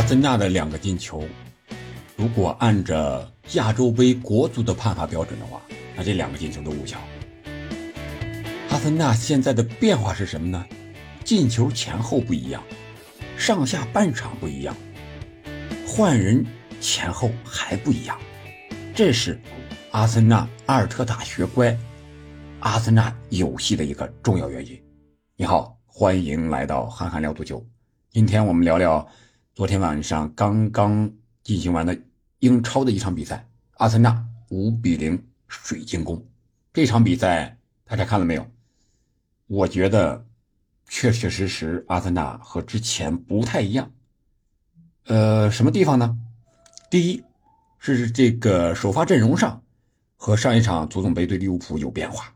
森纳的2个进球，如果按着亚洲杯国足的判罚标准的话，那这2个进球都无效。阿森纳现在的变化是什么呢？进球前后不一样，上下半场不一样，换人前后还不一样。这是阿森纳阿尔特塔学乖，阿森纳有戏的一个重要原因。你好，欢迎来到憨憨聊足球。今天我们聊聊昨天晚上刚刚进行完的英超的一场比赛，阿森纳5-0水晶宫。这场比赛大家看了没有？我觉得确确实实阿森纳和之前不太一样。什么地方呢？第一是这个首发阵容上和上一场足总杯对利物浦有变化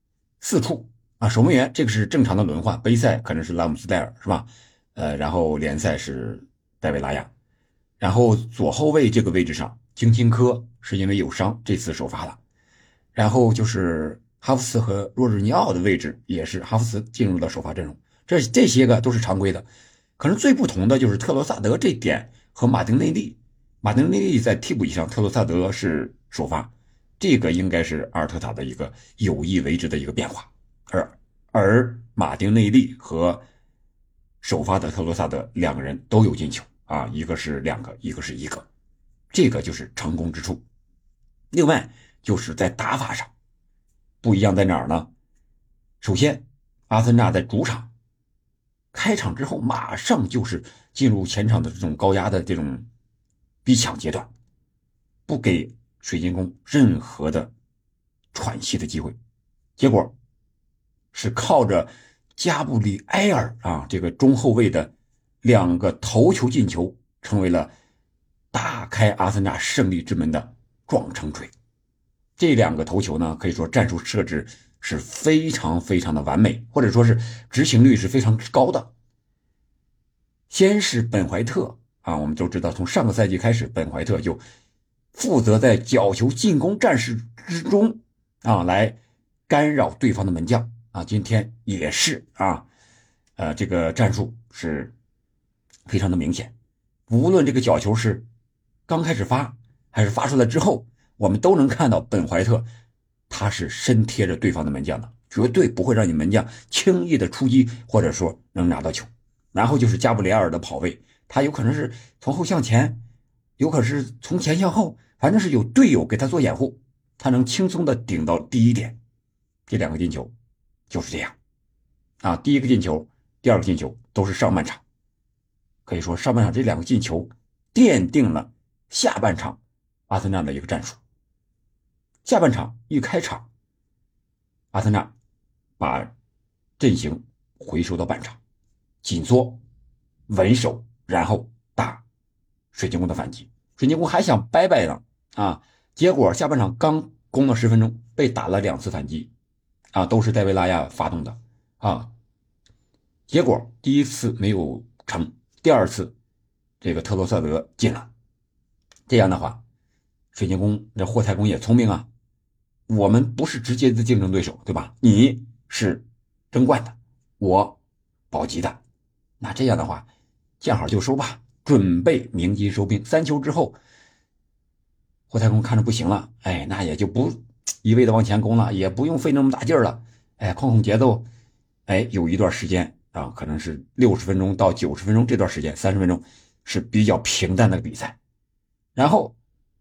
，4处啊，守门员这个是正常的轮换，杯赛可能是拉姆斯戴尔是吧？然后联赛是戴维拉亚，然后左后卫这个位置上京辛科是因为有伤这次首发了，然后就是哈弗茨和若日尼奥的位置也是哈弗茨进入了首发阵容，这些个都是常规的。可能最不同的就是特罗萨德这点和马丁内利在替补席上，特罗萨德是首发，这个应该是阿尔特塔的一个有意为之的一个变化。而马丁内利和首发的特罗萨德2个人都有进球啊，一个是2个，一个是1个，这个就是成功之处。另外就是在打法上不一样在哪儿呢？首先阿森纳在主场开场之后马上就是进入前场的这种高压的这种逼抢阶段，不给水晶宫任何的喘息的机会，结果是靠着加布里埃尔啊这个中后卫的2个头球进球，成为了打开阿森纳胜利之门的撞城锤。这2个头球呢，可以说战术设置是非常非常的完美，或者说是执行率是非常高的。先是本怀特啊，我们都知道从上个赛季开始，本怀特就负责在角球进攻战术之中啊来干扰对方的门将啊，今天也是啊，这个战术是非常的明显。无论这个角球是刚开始发还是发出来之后，我们都能看到本怀特他是身贴着对方的门将的，绝对不会让你门将轻易的出击或者说能拿到球。然后就是加布里埃尔的跑位，他有可能是从后向前，有可能是从前向后，反正是有队友给他做掩护，他能轻松的顶到第一点。这2个进球就是这样啊，第1个进球第2个进球都是上半场，可以说上半场这2个进球奠定了下半场阿森纳的一个战术。下半场一开场，阿森纳把阵型回收到半场，紧缩稳守，然后打水晶宫的反击。水晶宫还想掰掰呢啊，结果下半场刚攻了10分钟，被打了2次反击啊，都是戴维拉亚发动的啊。结果第1次没有成，第2次这个特罗萨德进了。这样的话，水晶宫这霍太公也聪明啊，我们不是直接的竞争对手，对吧？你是争冠的，我保级的，那这样的话见好就收吧，准备鸣金收兵。3球之后，霍太公看着不行了，那也就不一味的往前攻了，也不用费那么大劲儿了，控节奏，有一段时间啊，可能是60分钟到90分钟这段时间，30分钟是比较平淡的比赛。然后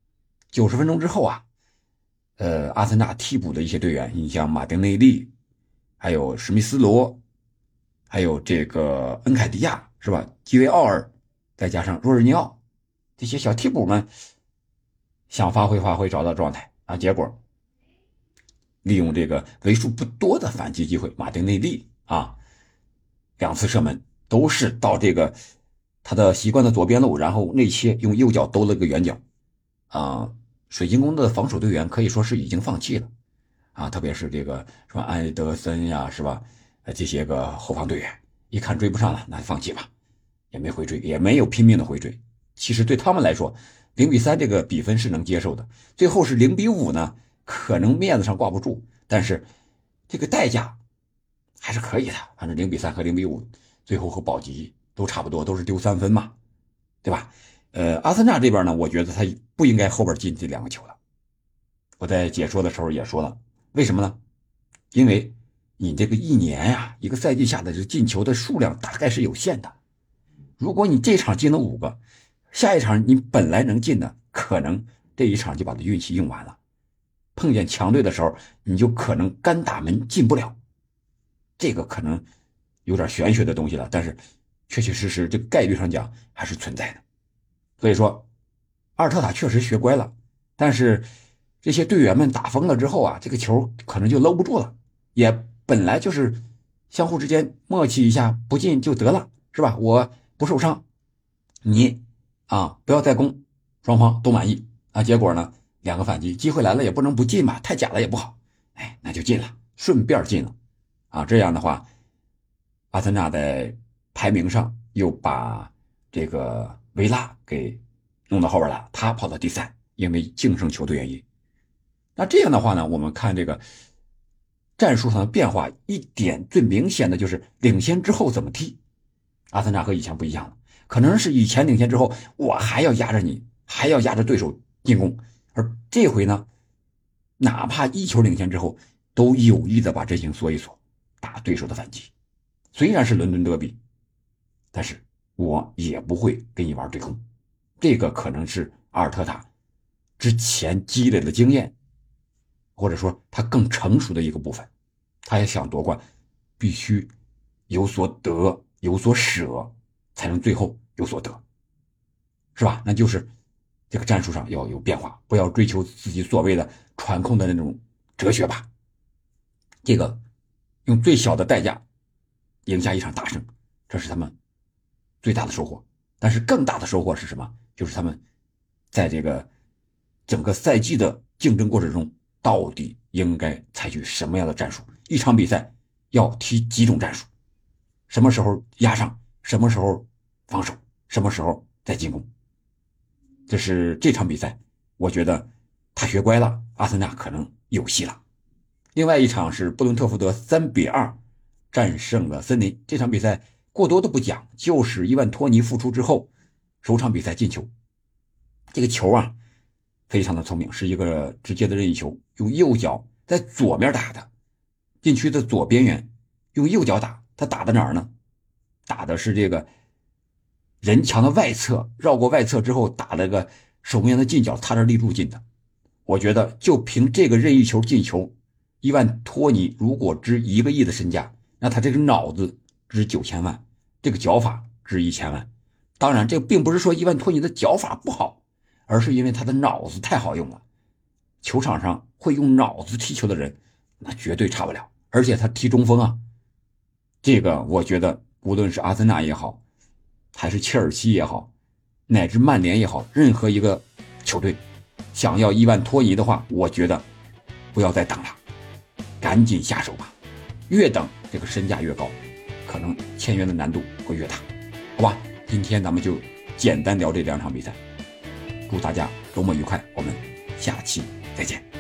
90分钟之后啊，阿森纳替补的一些队员，你像马丁内利，还有史密斯罗，还有这个恩凯迪亚是吧？基维奥尔，再加上若日尼奥，这些小替补们想发挥找到状态啊，结果利用这个为数不多的反击机会，马丁内利啊2次射门都是到这个他的习惯的左边路，然后内切用右脚兜了个圆角啊。水晶宫的防守队员可以说是已经放弃了啊，特别是这个什么埃德森呀，是吧？这些个后防队员一看追不上了，那放弃吧，也没回追，也没有拼命的回追。其实对他们来说0-3这个比分是能接受的，最后是0-5呢，可能面子上挂不住，但是这个代价还是可以的。反正0-3和0-5最后和保级都差不多，都是丢3分嘛。 对吧？阿森纳这边呢，我觉得他不应该后边进这2个球的。我在解说的时候也说了，为什么呢？因为你这个一年呀，一个赛季下的这进球的数量大概是有限的。如果你这场进了5个，下一场你本来能进的，可能这一场就把这运气用完了。碰见强队的时候，你就可能干打门进不了。这个可能有点玄学的东西了，但是确确实实这个概率上讲还是存在的。所以说阿尔特塔确实学乖了，但是这些队员们打疯了之后啊，这个球可能就搂不住了，也本来就是相互之间默契一下，不进就得了，是吧？我不受伤，你不要再攻，双方都满意啊。结果呢，2个反击机会来了也不能不进吧，太假了也不好，那就进了，顺便进了啊。这样的话，阿森纳在排名上又把这个维拉给弄到后边了，他跑到第3，因为净胜球的原因。那这样的话呢，我们看这个战术上的变化，一点最明显的就是领先之后怎么踢。阿森纳和以前不一样了，可能是以前领先之后，我还要压着你，还要压着对手进攻，而这回呢，哪怕1球领先之后，都有意的把阵型缩一缩，打对手的反击。虽然是伦敦德比，但是我也不会跟你玩对攻。这个可能是阿尔特塔之前积累的经验，或者说他更成熟的一个部分。他也想夺冠，必须有所得有所舍，才能最后有所得，是吧？那就是这个战术上要有变化，不要追求自己所谓的传控的那种哲学吧。这个用最小的代价赢下一场大胜，这是他们最大的收获。但是更大的收获是什么？就是他们在这个整个赛季的竞争过程中，到底应该采取什么样的战术？一场比赛要踢几种战术？什么时候压上？什么时候防守？什么时候再进攻？这是这场比赛，我觉得他学乖了，阿森纳可能有戏了。另外一场是布伦特福德3-2战胜了森林。这场比赛过多的不讲，就是伊万托尼复出之后首场比赛进球。这个球非常的聪明，是一个直接的任意球，用右脚在左面打的，禁区的左边缘，用右脚打。他打的哪儿呢？打的是这个人墙的外侧，绕过外侧之后打了个守门员的近角，他这立柱进的。我觉得就凭这个任意球进球，伊万托尼如果值1个亿的身价，那他这个脑子值9000万，这个脚法值1000万。当然这并不是说伊万托尼的脚法不好，而是因为他的脑子太好用了。球场上会用脑子踢球的人，那绝对差不了。而且他踢中锋这个我觉得无论是阿森纳也好，还是切尔西也好，乃至曼联也好，任何一个球队想要伊万托尼的话，我觉得不要再等了，赶紧下手吧。越等这个身价越高，可能签约的难度会越大。好吧，今天咱们就简单聊这2场比赛，祝大家周末愉快，我们下期再见。